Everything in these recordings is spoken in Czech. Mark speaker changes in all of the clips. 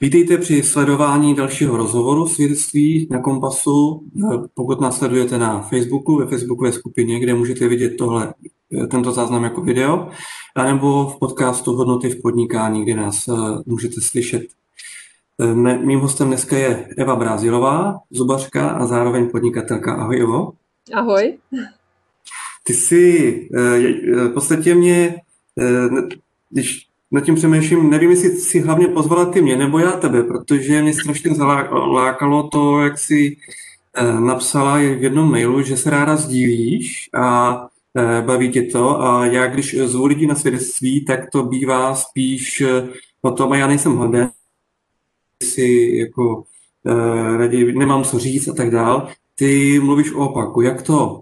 Speaker 1: Vítejte při sledování dalšího rozhovoru svědectví na Kompasu. Pokud nás sledujete na Facebooku, ve facebookové skupině, kde můžete vidět tento záznam jako video, anebo v podcastu Hodnoty v podnikání, kde nás můžete slyšet. Mým hostem dneska je Eva Brázilová, zubařka a zároveň podnikatelka. Ahoj, Evo.
Speaker 2: Ahoj.
Speaker 1: Ty jsi v podstatě když nad tím přemýšlím, nevím, jestli si hlavně pozvala ty mě, nebo já tebe, protože mě strašně zalákalo to, jak jsi napsala v jednom mailu, že se ráda sdílíš a baví tě to. A já, když zvu lidi na svědectví, tak to bývá spíš o tom, a já nejsem hoden, si jako raději nemám co říct a tak dál. Ty mluvíš o opaku. Jak to?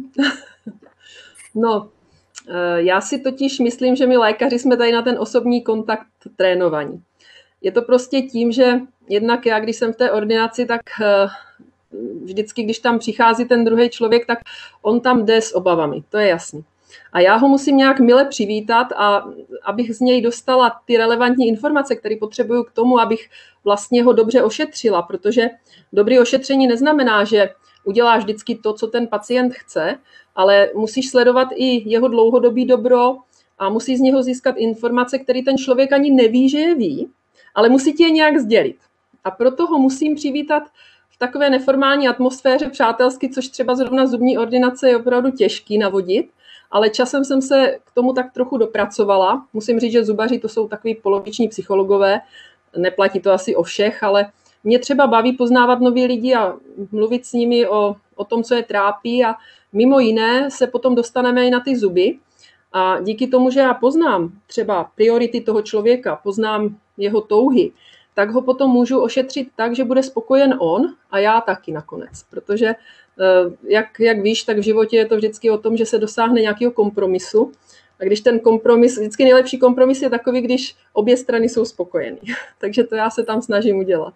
Speaker 2: No, já si totiž myslím, že my lékaři jsme tady na ten osobní kontakt trénovaní. Je to prostě tím, že jednak já, když jsem v té ordinaci, tak vždycky, když tam přichází ten druhý člověk, tak on tam jde s obavami, to je jasný. A já ho musím nějak mile přivítat, a abych z něj dostala ty relevantní informace, které potřebuju k tomu, abych vlastně ho dobře ošetřila, protože dobré ošetření neznamená, že uděláš vždycky to, co ten pacient chce, ale musíš sledovat i jeho dlouhodobý dobro a musíš z něho získat informace, které ten člověk ani neví, že je ví, ale musí ti je nějak sdělit. A proto ho musím přivítat v takové neformální atmosféře přátelsky, což třeba zrovna zubní ordinace je opravdu těžký navodit, ale časem jsem se k tomu tak trochu dopracovala. Musím říct, že zubaři to jsou takový poloviční psychologové, neplatí to asi o všech, ale mě třeba baví poznávat nový lidi a mluvit s nimi o tom, co je trápí, a mimo jiné se potom dostaneme i na ty zuby. A díky tomu, že já poznám třeba priority toho člověka, poznám jeho touhy, tak ho potom můžu ošetřit tak, že bude spokojen on a já taky nakonec. Protože jak víš, tak v životě je to vždycky o tom, že se dosáhne nějakého kompromisu. A když ten kompromis, vždycky nejlepší kompromis je takový, když obě strany jsou spokojeny. Takže to já se tam snažím udělat.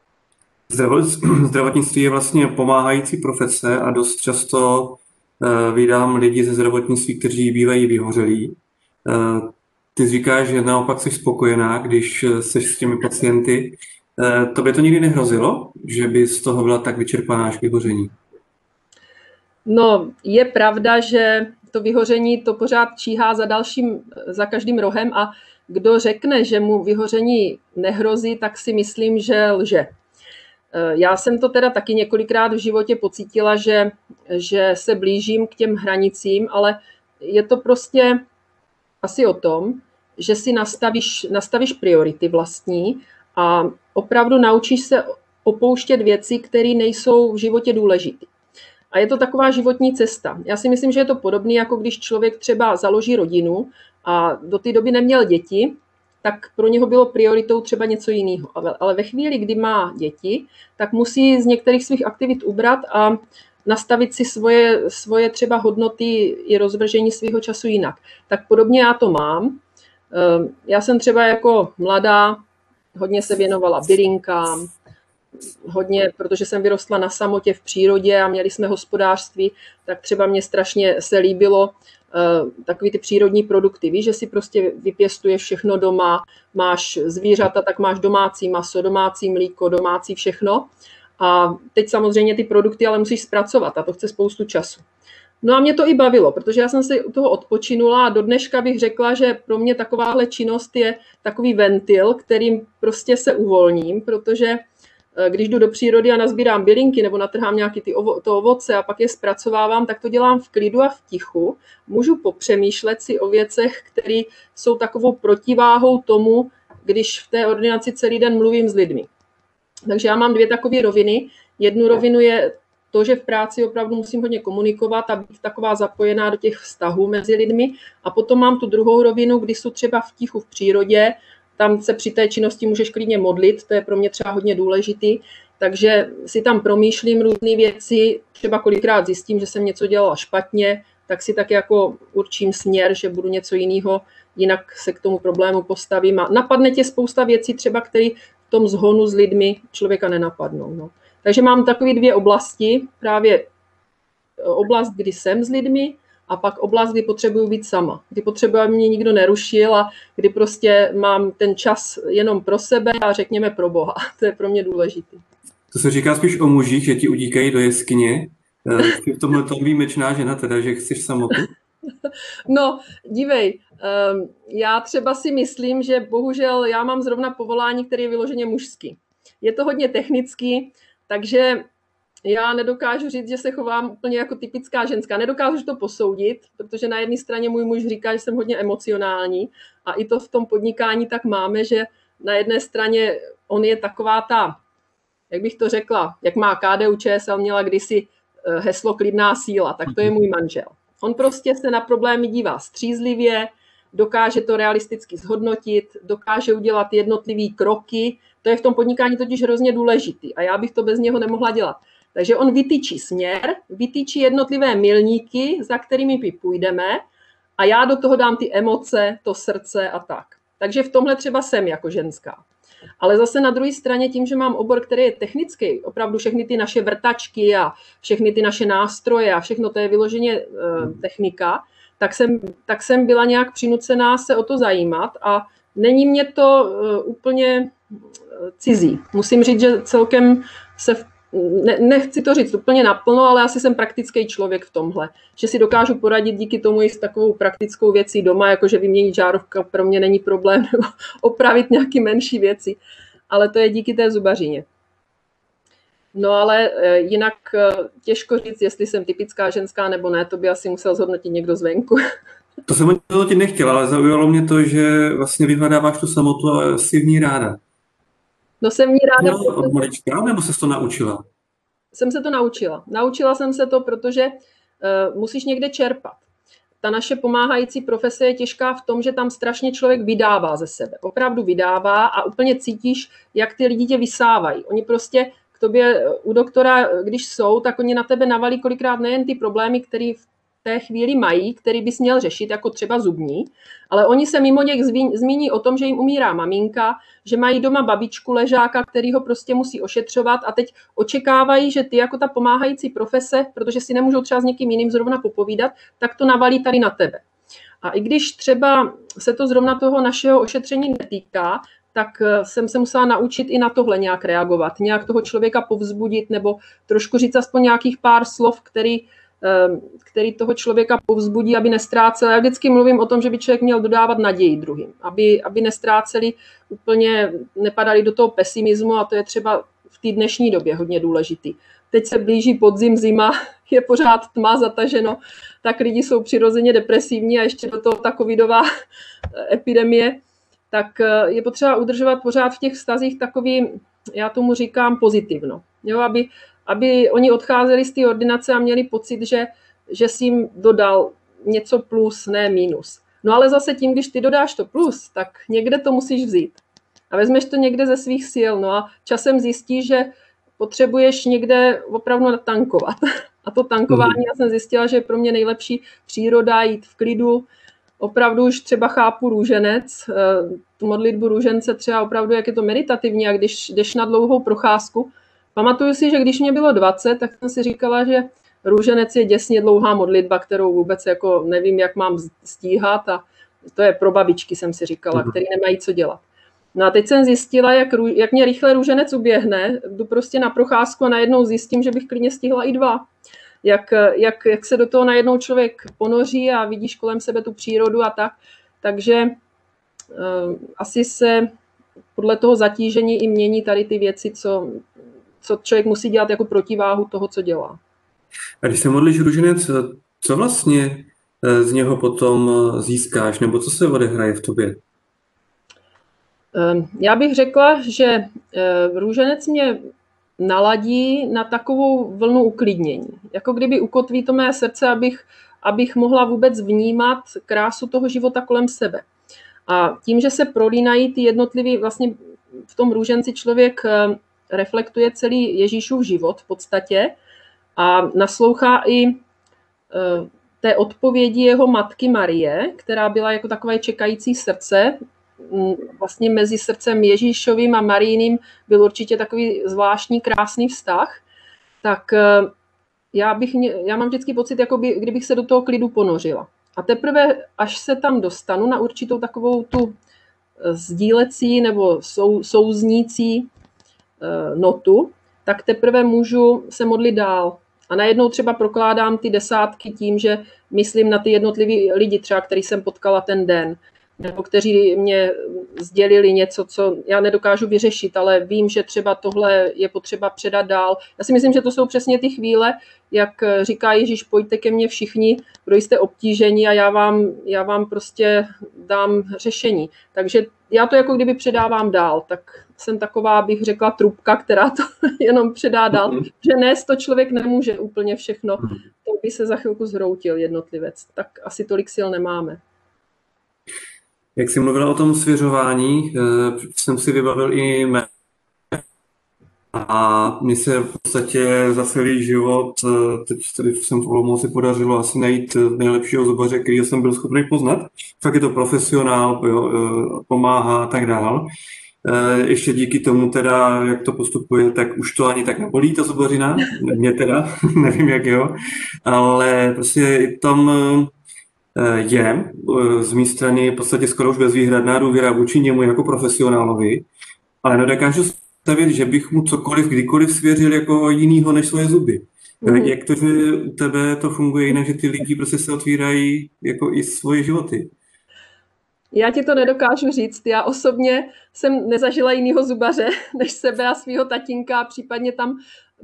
Speaker 1: Zdravotnictví je vlastně pomáhající profese a dost často vídám lidi ze zdravotnictví, kteří bývají vyhořelí. Ty říkáš, že naopak jsi spokojená, když jsi s těmi pacienty. Tobě to nikdy nehrozilo, že by z toho byla tak vyčerpaná až vyhoření?
Speaker 2: No, je pravda, že to vyhoření to pořád číhá za každým rohem, a kdo řekne, že mu vyhoření nehrozí, tak si myslím, že lže. Já jsem to teda taky několikrát v životě pocítila, že se blížím k těm hranicím, ale je to prostě asi o tom, že si nastavíš priority vlastní a opravdu naučíš se opouštět věci, které nejsou v životě důležité. A je to taková životní cesta. Já si myslím, že je to podobné, jako když člověk třeba založí rodinu a do té doby neměl děti, tak pro něho bylo prioritou třeba něco jiného. Ale ve chvíli, kdy má děti, tak musí z některých svých aktivit ubrat a nastavit si svoje třeba hodnoty i rozvržení svého času jinak. Tak podobně já to mám. Já jsem třeba jako mladá hodně se věnovala bylinkám, hodně, protože jsem vyrostla na samotě v přírodě a měli jsme hospodářství, tak třeba mě strašně se líbilo takový ty přírodní produkty. Víš, že si prostě vypěstuješ všechno doma, máš zvířata, tak máš domácí maso, domácí mlíko, domácí všechno. A teď samozřejmě ty produkty ale musíš zpracovat a to chce spoustu času. No a mě to i bavilo, protože já jsem si u toho odpočinula a do dneška bych řekla, že pro mě takováhle činnost je takový ventil, kterým prostě se uvolním, protože když jdu do přírody a nazbírám bylinky nebo natrhám nějaké to ovoce a pak je zpracovávám, tak to dělám v klidu a v tichu. Můžu popřemýšlet si o věcech, které jsou takovou protiváhou tomu, když v té ordinaci celý den mluvím s lidmi. Takže já mám dvě takové roviny. Jednu rovinu je to, že v práci opravdu musím hodně komunikovat a být taková zapojená do těch vztahů mezi lidmi. A potom mám tu druhou rovinu, kdy jsou třeba v tichu v přírodě. Tam se při té činnosti můžeš klidně modlit, to je pro mě třeba hodně důležitý. Takže si tam promýšlím různé věci, třeba kolikrát zjistím, že jsem něco dělala špatně, tak si tak jako určím směr, že budu něco jiného, jinak se k tomu problému postavím. A napadne tě spousta věcí třeba, které v tom zhonu s lidmi člověka nenapadnou. No. Takže mám takové dvě oblasti, právě oblast, kdy jsem s lidmi a pak oblast, kdy potřebuju být sama. Kdy potřebuji, aby mě nikdo nerušil a kdy prostě mám ten čas jenom pro sebe a řekněme pro Boha. To je pro mě důležitý.
Speaker 1: To se říká spíš o mužích, že ti udíkají do jeskyně. Ty v tomhle tom výjimečná žena, teda, že chceš samotu?
Speaker 2: No, dívej, já třeba si myslím, že bohužel já mám zrovna povolání, který je vyloženě mužský. Je to hodně technický, takže já nedokážu říct, že se chovám úplně jako typická ženská. Nedokážu to posoudit, protože na jedné straně můj muž říká, že jsem hodně emocionální a i to v tom podnikání tak máme, že na jedné straně on je taková ta, jak bych to řekla, jak má KDU-ČSL měla kdysi heslo klidná síla, tak to je můj manžel. On prostě se na problémy dívá střízlivě, dokáže to realisticky zhodnotit, dokáže udělat jednotlivý kroky. To je v tom podnikání totiž hrozně důležitý a já bych to bez něho nemohla dělat. Takže on vytyčí směr, vytyčí jednotlivé milníky, za kterými my půjdeme a já do toho dám ty emoce, to srdce a tak. Takže v tomhle třeba jsem jako ženská. Ale zase na druhé straně tím, že mám obor, který je technický, opravdu všechny ty naše vrtačky a všechny ty naše nástroje a všechno to je vyloženě technika, tak jsem byla nějak přinucená se o to zajímat a není mě to úplně cizí. Musím říct, že celkem nechci to říct úplně naplno, ale asi jsem praktický člověk v tomhle, že si dokážu poradit díky tomu i s takovou praktickou věcí doma, jakože vyměnit žárovka pro mě není problém, nebo opravit nějaké menší věci, ale to je díky té zubařině. No ale jinak těžko říct, jestli jsem typická ženská nebo ne, to by asi musel zhodnotit někdo zvenku.
Speaker 1: To jsem ti nechtěla, ale zaujalo mě to, že vlastně vyhledáváš tu samotu a jsi v ní ráda.
Speaker 2: No jsem v ní ráda.
Speaker 1: Od malička, nebo ses to naučila?
Speaker 2: Jsem se to naučila. Naučila jsem se to, protože musíš někde čerpat. Ta naše pomáhající profese je těžká v tom, že tam strašně člověk vydává ze sebe. Opravdu vydává a úplně cítíš, jak ty lidi tě vysávají. Oni prostě k tobě u doktora, když jsou, tak oni na tebe navalí kolikrát nejen ty problémy, které v té chvíli mají, který bys měl řešit, jako třeba zubní, ale oni se mimo něch zmíní o tom, že jim umírá maminka, že mají doma babičku ležáka, který ho prostě musí ošetřovat a teď očekávají, že ty jako ta pomáhající profese, protože si nemůžou třeba s někým jiným zrovna popovídat, tak to navalí tady na tebe. A i když třeba se to zrovna toho našeho ošetření netýká, tak jsem se musela naučit i na tohle nějak reagovat, nějak toho člověka povzbudit nebo trošku říct aspoň nějakých pár slov, který toho člověka povzbudí, aby nestrácel. Já vždycky mluvím o tom, že by člověk měl dodávat naději druhým, aby nestráceli úplně, nepadali do toho pesimismu a to je třeba v té dnešní době hodně důležitý. Teď se blíží podzim, zima, je pořád tma, zataženo, tak lidi jsou přirozeně depresivní a ještě do toho ta covidová epidemie, tak je potřeba udržovat pořád v těch vztazích takový, já tomu říkám pozitivno, jo, aby oni odcházeli z té ordinace a měli pocit, že jsi jim dodal něco plus, ne minus. No ale zase tím, když ty dodáš to plus, tak někde to musíš vzít. A vezmeš to někde ze svých sil. No a časem zjistíš, že potřebuješ někde opravdu natankovat. A to tankování, já jsem zjistila, že je pro mě nejlepší příroda, jít v klidu. Opravdu už třeba chápu růženec, tu modlitbu růžence třeba opravdu, jak je to meditativní a když jdeš na dlouhou procházku. Pamatuju si, že když mě bylo 20, tak jsem si říkala, že růženec je děsně dlouhá modlitba, kterou vůbec jako nevím, jak mám stíhat a to je pro babičky, jsem si říkala, který nemají co dělat. No a teď jsem zjistila, jak mě rychle růženec uběhne, jdu prostě na procházku a najednou zjistím, že bych klidně stihla i 2. Jak se do toho najednou člověk ponoří a vidíš kolem sebe tu přírodu a tak. Takže asi se podle toho zatížení i mění tady ty věci, co člověk musí dělat jako protiváhu toho, co dělá.
Speaker 1: A když se modlíš růženec, co vlastně z něho potom získáš, nebo co se odehraje v tobě?
Speaker 2: Já bych řekla, že růženec mě naladí na takovou vlnu uklidnění. Jako kdyby ukotví to mé srdce, abych mohla vůbec vnímat krásu toho života kolem sebe. A tím, že se prolínají ty jednotlivý, vlastně v tom růženci člověk reflektuje celý Ježíšův život v podstatě a naslouchá i té odpovědi jeho matky Marie, která byla jako takové čekající srdce. Vlastně mezi srdcem Ježíšovým a Marijiným byl určitě takový zvláštní krásný vztah. Tak já mám vždycky pocit, jako kdybych se do toho klidu ponořila. A teprve, až se tam dostanu na určitou takovou tu sdílecí nebo souznící notu, tak teprve můžu se modlit dál. A najednou třeba prokládám ty desátky tím, že myslím na ty jednotlivý lidi, třeba který jsem potkala ten den, nebo kteří mě sdělili něco, co já nedokážu vyřešit, ale vím, že třeba tohle je potřeba předat dál. Já si myslím, že to jsou přesně ty chvíle, jak říká Ježíš, pojďte ke mně všichni, kdo jste obtížení a já vám prostě dám řešení. Takže já to jako kdyby předávám dál, tak jsem taková, bych řekla, trubka, která to jenom předá dál, že nést to člověk nemůže úplně všechno, to by se za chvilku zhroutil jednotlivec, tak asi tolik sil nemáme.
Speaker 1: Jak jsi mluvila o tom svěřování, jsem si vybavil i jméno. A mně se v podstatě za celý život, teď jsem v Olomouci podařilo asi najít nejlepšího zubaře, kterýho jsem byl schopný poznat. Fakt je to profesionál, pomáhá a tak dál. Ještě díky tomu teda, jak to postupuje, tak už to ani tak nebolí, ta zubařina. Mě teda, nevím jak jo. Ale prostě tam je z mé strany v podstatě skoro už bezvýhradná důvěra vůči němu jako profesionálovi, ale nedokážu stavit, že bych mu cokoliv, kdykoliv svěřil jako jinýho než svoje zuby. Jak to, že u tebe to funguje jinak, že ty lidi prostě se otvírají jako i svoje životy? Já
Speaker 2: ti to nedokážu říct. Já osobně jsem nezažila jinýho zubaře než sebe a svého tatínka, případně tam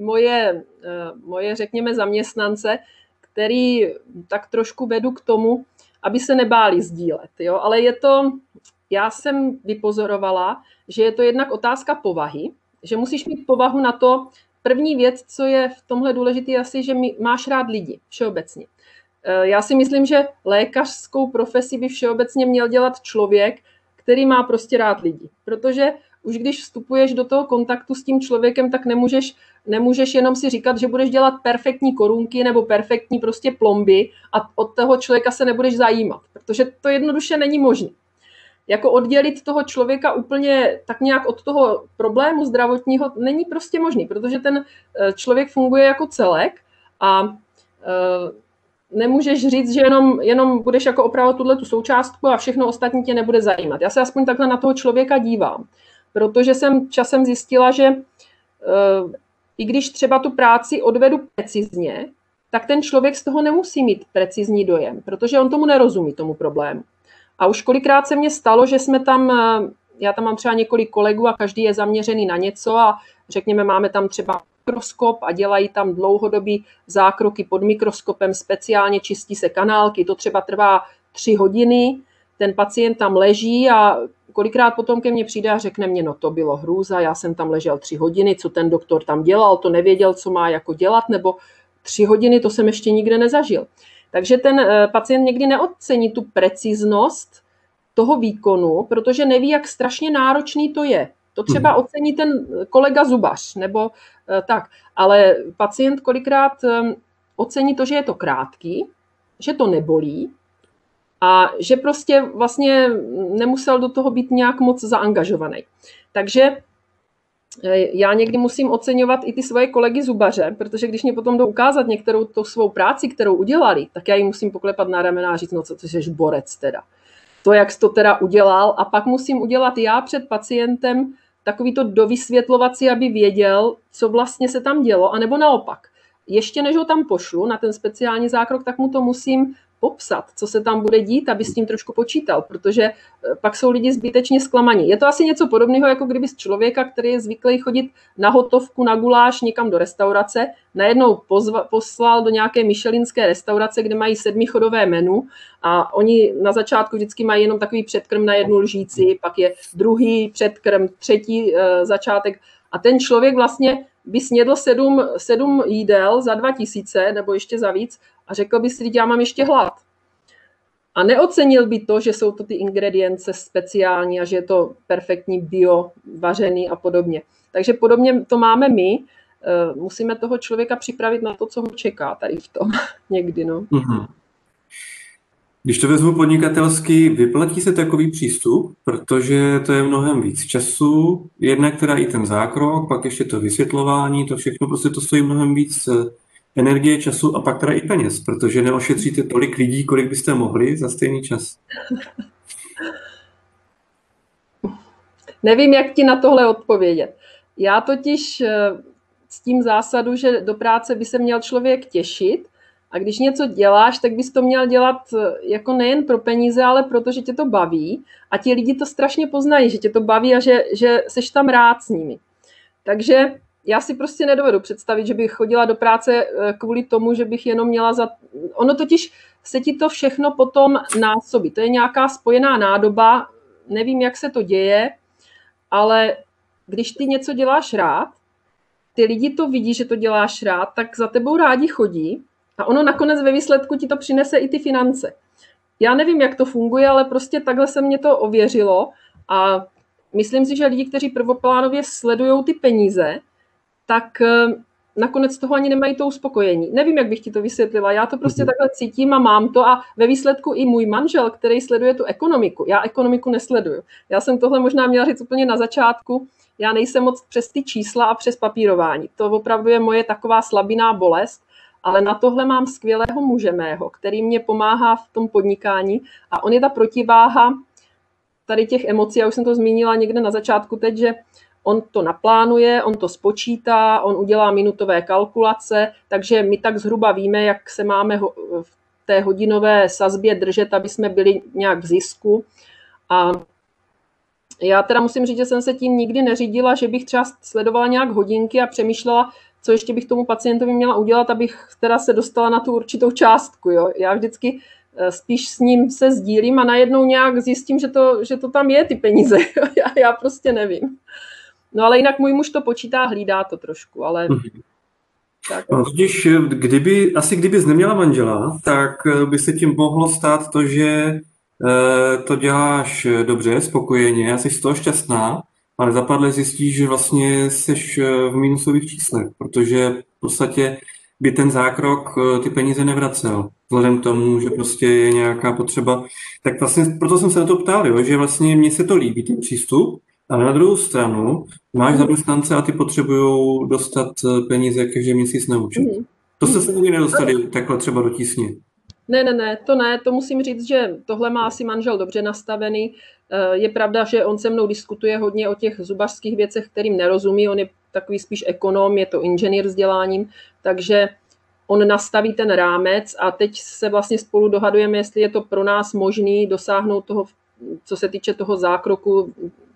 Speaker 2: moje řekněme, zaměstnance, který tak trošku vedu k tomu, aby se nebáli sdílet. Jo? Ale já jsem vypozorovala, že je to jednak otázka povahy, že musíš mít povahu na to. První věc, co je v tomhle důležité, asi, že máš rád lidi všeobecně. Já si myslím, že lékařskou profesi by všeobecně měl dělat člověk, který má prostě rád lidi. Protože už když vstupuješ do toho kontaktu s tím člověkem, tak nemůžeš jenom si říkat, že budeš dělat perfektní korunky nebo perfektní prostě plomby a od toho člověka se nebudeš zajímat. Protože to jednoduše není možné. Jako oddělit toho člověka úplně tak nějak od toho problému zdravotního není prostě možný, protože ten člověk funguje jako celek a nemůžeš říct, že jenom budeš jako opravovat tu součástku a všechno ostatní tě nebude zajímat. Já se aspoň takhle na toho člověka dívám, protože jsem časem zjistila, že i když třeba tu práci odvedu precizně, tak ten člověk z toho nemusí mít precizní dojem, protože on tomu nerozumí, tomu problému. A už kolikrát se mně stalo, že já tam mám třeba několik kolegů a každý je zaměřený na něco a řekněme, máme tam třeba mikroskop a dělají tam dlouhodobý zákroky pod mikroskopem, speciálně čistí se kanálky, to třeba trvá 3 hodiny, ten pacient tam leží a kolikrát potom ke mně přijde a řekne mě, no to bylo hrůza, já jsem tam ležel 3 hodiny, co ten doktor tam dělal, to nevěděl, co má jako dělat, nebo 3 hodiny, to jsem ještě nikde nezažil. Takže ten pacient někdy neocení tu preciznost toho výkonu, protože neví, jak strašně náročný to je. To třeba ocení ten kolega zubař, nebo tak. Ale pacient kolikrát ocení to, že je to krátký, že to nebolí a že prostě vlastně nemusel do toho být nějak moc zaangažovaný. Takže já někdy musím oceňovat i ty svoje kolegy zubaře, protože když mě potom jdou ukázat některou tu svou práci, kterou udělali, tak já jim musím poklepat na ramena a říct, no co ty jsi borec teda. To, jak jsi to teda udělal, a pak musím udělat já před pacientem takový to dovysvětlovací, aby věděl, co vlastně se tam dělo, anebo naopak. Ještě než ho tam pošlu na ten speciální zákrok, tak mu to musím popsat, co se tam bude dít, aby s tím trošku počítal, protože pak jsou lidi zbytečně zklamaní. Je to asi něco podobného, jako kdyby z člověka, který je zvyklý chodit na hotovku, na guláš někam do restaurace, najednou poslal do nějaké michelinské restaurace, kde mají 7chodové menu a oni na začátku vždycky mají jenom takový předkrm na 1 lžíci, pak je druhý předkrm, třetí začátek a ten člověk vlastně by snědl 7 jídel za 2000 nebo ještě za víc a řekl by si, já mám ještě hlad. A neocenil by to, že jsou to ty ingredience speciální a že je to perfektní bio, vařený a podobně. Takže podobně to máme my. Musíme toho člověka připravit na to, co ho čeká tady v tom někdy. No.
Speaker 1: Když to vezmu podnikatelsky, vyplatí se takový přístup, protože to je mnohem víc času, jednak teda i ten zákrok, pak ještě to vysvětlování, to všechno prostě to stojí mnohem víc energie, času a pak teda i peněz, protože neošetříte tolik lidí, kolik byste mohli za stejný čas.
Speaker 2: Nevím, jak ti na tohle odpovědět. Já totiž s tím zásadu, že do práce by se měl člověk těšit a když něco děláš, tak bys to měl dělat jako nejen pro peníze, ale protože tě to baví a ti lidi to strašně poznají, že tě to baví a že seš tam rád s nimi. Takže já si prostě nedovedu představit, že bych chodila do práce kvůli tomu, že bych jenom měla za... Ono totiž se ti to všechno potom násobí. To je nějaká spojená nádoba, nevím, jak se to děje, ale když ty něco děláš rád, ty lidi to vidí, že to děláš rád, tak za tebou rádi chodí a ono nakonec ve výsledku ti to přinese i ty finance. Já nevím, jak to funguje, ale prostě takhle se mě to ověřilo a myslím si, že lidi, kteří prvoplánově sledují ty peníze, tak nakonec toho ani nemají to uspokojení. Nevím, jak bych ti to vysvětlila. Já to prostě takhle cítím a mám to a ve výsledku i můj manžel, který sleduje tu ekonomiku. Já ekonomiku nesleduju. Já jsem tohle možná měla říct úplně na začátku. Já nejsem moc přes ty čísla a přes papírování. To opravdu je moje taková slabinná bolest, ale na tohle mám skvělého muže mého, který mě pomáhá v tom podnikání a on je ta protiváha tady těch emocí. Já už jsem to zmínila někde na začátku teď, že on to naplánuje, on to spočítá, on udělá minutové kalkulace, takže my tak zhruba víme, jak se máme v té hodinové sazbě držet, aby jsme byli nějak v zisku. A já teda musím říct, že jsem se tím nikdy neřídila, že bych třeba sledovala nějak hodinky a přemýšlela, co ještě bych tomu pacientovi měla udělat, abych teda se dostala na tu určitou částku. Jo. Já vždycky spíš s ním se sdílím a najednou nějak zjistím, že to tam je, ty peníze. Já prostě nevím. No ale jinak můj muž to počítá, hlídá to trošku, ale... Tak.
Speaker 1: No, totiž, kdybys neměla manžela, tak by se tím mohlo stát to, že to děláš dobře, spokojeně, a jsi z toho šťastná, ale zapadle zjistíš, že vlastně jsi v minusových číslech, protože v podstatě by ten zákrok ty peníze nevracel, vzhledem k tomu, že prostě je nějaká potřeba. Tak vlastně proto jsem se na to ptal, jo, že vlastně mně se to líbí, ten přístup, ale na druhou stranu máš zaměstnance a ty potřebují dostat peníze každý měsíc na účet. To jste se nikdy nedostali takhle třeba do tísně.
Speaker 2: Ne, to musím říct, že tohle má asi manžel dobře nastavený. Je pravda, že on se mnou diskutuje hodně o těch zubařských věcech, kterým nerozumí. On je takový spíš ekonom, je to inženýr vzděláním, takže on nastaví ten rámec a teď se vlastně spolu dohadujeme, jestli je to pro nás možný dosáhnout toho, co se týče toho zákroku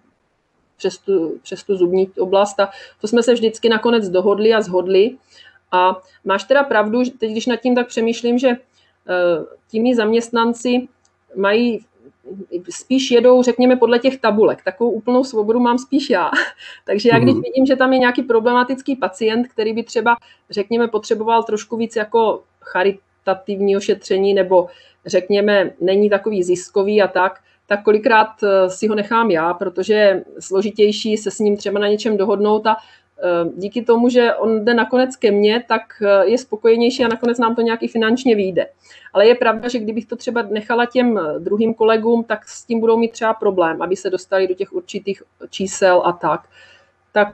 Speaker 2: přes tu zubní oblast. A to jsme se vždycky nakonec dohodli a shodli. A máš teda pravdu, teď když nad tím tak přemýšlím, že těmi zaměstnanci mají, spíš jedou, řekněme, podle těch tabulek. Takovou úplnou svobodu mám spíš já. Takže já když vidím, že tam je nějaký problematický pacient, který by třeba, řekněme, potřeboval trošku víc jako charitativního šetření nebo řekněme, není takový ziskový a tak kolikrát si ho nechám já, protože je složitější se s ním třeba na něčem dohodnout a díky tomu, že on jde nakonec ke mně, tak je spokojenější a nakonec nám to nějaký finančně vyjde. Ale je pravda, že kdybych to třeba nechala těm druhým kolegům, tak s tím budou mít třeba problém, aby se dostali do těch určitých čísel a tak. Tak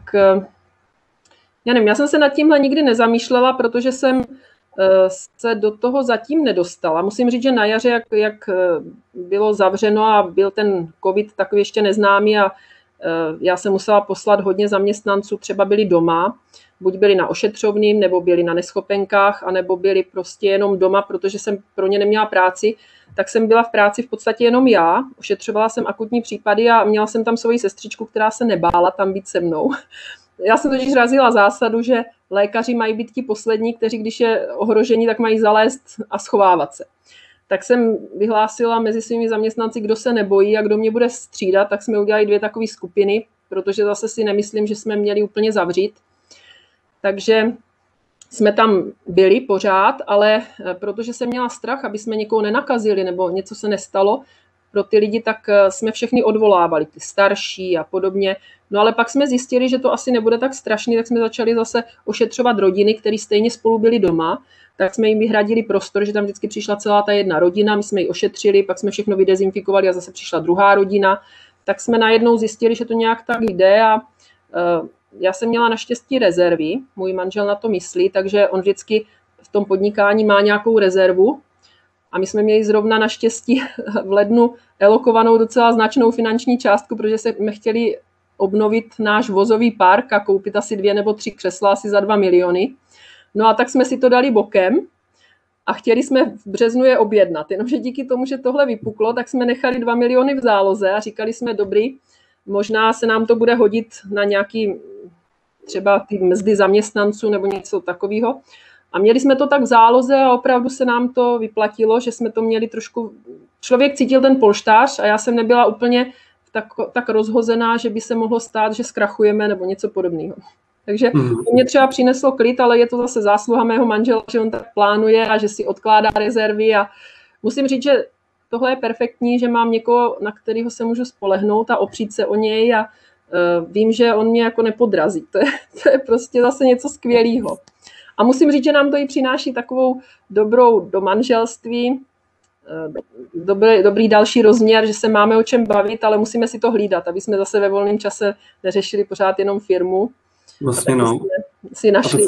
Speaker 2: já nevím, já jsem se nad tímhle nikdy nezamýšlela, protože jsem se do toho zatím nedostala. Musím říct, že na jaře, jak bylo zavřeno a byl ten covid takový ještě neznámý a já jsem musela poslat hodně zaměstnanců, třeba byli doma, buď byli na ošetřovným, nebo byli na neschopenkách, anebo byli prostě jenom doma, protože jsem pro ně neměla práci, tak jsem byla v práci v podstatě jenom já. Ošetřovala jsem akutní případy a měla jsem tam svoji sestřičku, která se nebála tam být se mnou. Já jsem totiž razila zásadu, že lékaři mají být ti poslední, kteří když je ohrožení, tak mají zalézt a schovávat se. Tak jsem vyhlásila mezi svými zaměstnanci, kdo se nebojí a kdo mě bude střídat, tak jsme udělali 2 takové skupiny, protože zase si nemyslím, že jsme měli úplně zavřít. Takže jsme tam byli pořád, ale protože jsem měla strach, aby jsme někoho nenakazili nebo něco se nestalo pro ty lidi, tak jsme všechny odvolávali, ty starší a podobně. No ale pak jsme zjistili, že to asi nebude tak strašný, tak jsme začali zase ošetřovat rodiny, které stejně spolu byli doma, tak jsme jim vyhradili prostor, že tam vždycky přišla celá ta jedna rodina, my jsme ji ošetřili, pak jsme všechno vydezinfikovali a zase přišla druhá rodina, tak jsme najednou zjistili, že to nějak tak jde a já jsem měla naštěstí rezervy, můj manžel na to myslí, takže on vždycky v tom podnikání má nějakou rezervu. A my jsme měli zrovna naštěstí v lednu elokovanou docela značnou finanční částku, protože jsme chtěli obnovit náš vozový park a koupit asi 2 nebo 3 křesla asi za 2 miliony. No a tak jsme si to dali bokem a chtěli jsme v březnu je objednat. Jenomže díky tomu, že tohle vypuklo, tak jsme nechali 2 miliony v záloze a říkali jsme, dobrý, možná se nám to bude hodit na nějaký třeba ty mzdy zaměstnanců nebo něco takového. A měli jsme to tak v záloze a opravdu se nám to vyplatilo, že jsme to měli trošku... Člověk cítil ten polštář a já jsem nebyla úplně tak rozhozená, že by se mohlo stát, že zkrachujeme nebo něco podobného. Takže to mě třeba přineslo klid, ale je to zase zásluha mého manžela, že on tak plánuje a že si odkládá rezervy a musím říct, že tohle je perfektní, že mám někoho, na kterého se můžu spolehnout a opřít se o něj a vím, že on mě jako nepodrazí. To je prostě zase něco skvělého. A musím říct, že nám to i přináší takovou dobrou do manželství, dobrý další rozměr, že se máme o čem bavit, ale musíme si to hlídat, aby jsme zase ve volném čase neřešili pořád jenom firmu.
Speaker 1: Vlastně no.
Speaker 2: Si našli.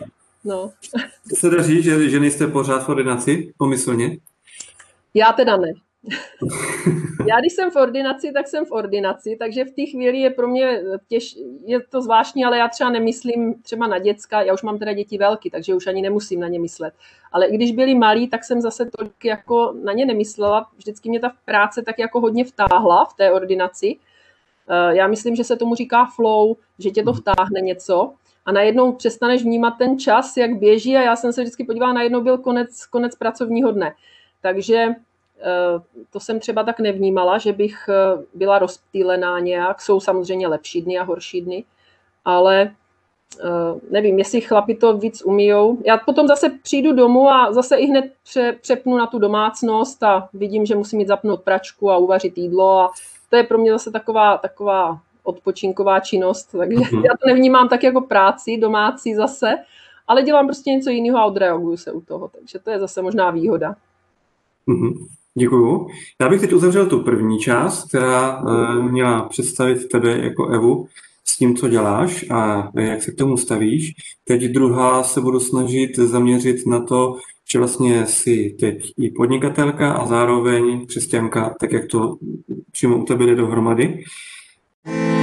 Speaker 1: Se daří, že nejste pořád v ordinaci, pomyslně?
Speaker 2: Já teda ne. Já když jsem v ordinaci, tak jsem v ordinaci, takže v té chvíli je pro mě je to zvláštní, ale já třeba nemyslím třeba na děcka, já už mám teda děti velký, takže už ani nemusím na ně myslet. Ale i když byli malí, tak jsem zase tolik jako na ně nemyslela, vždycky mě ta práce tak jako hodně vtáhla v té ordinaci. Já myslím, že se tomu říká flow, že tě to vtáhne něco a najednou přestaneš vnímat ten čas, jak běží a já jsem se vždycky podívala, najednou byl konec pracovního dne. Takže to jsem třeba tak nevnímala, že bych byla rozptýlená nějak. Jsou samozřejmě lepší dny a horší dny, ale nevím, jestli chlapi to víc umíjou. Já potom zase přijdu domů a zase i hned přepnu na tu domácnost a vidím, že musím jít zapnout pračku a uvařit jídlo a to je pro mě zase taková odpočinková činnost, takže já to nevnímám tak jako práci domácí zase, ale dělám prostě něco jiného a odreaguju se u toho, takže to je zase možná výhoda.
Speaker 1: Děkuju. Já bych teď uzavřel tu první část, která měla představit tebe jako Evu s tím, co děláš a jak se k tomu stavíš. Teď druhá se budu snažit zaměřit na to, že vlastně jsi teď i podnikatelka a zároveň křesťanka, tak jak to přímo u tebe jde dohromady.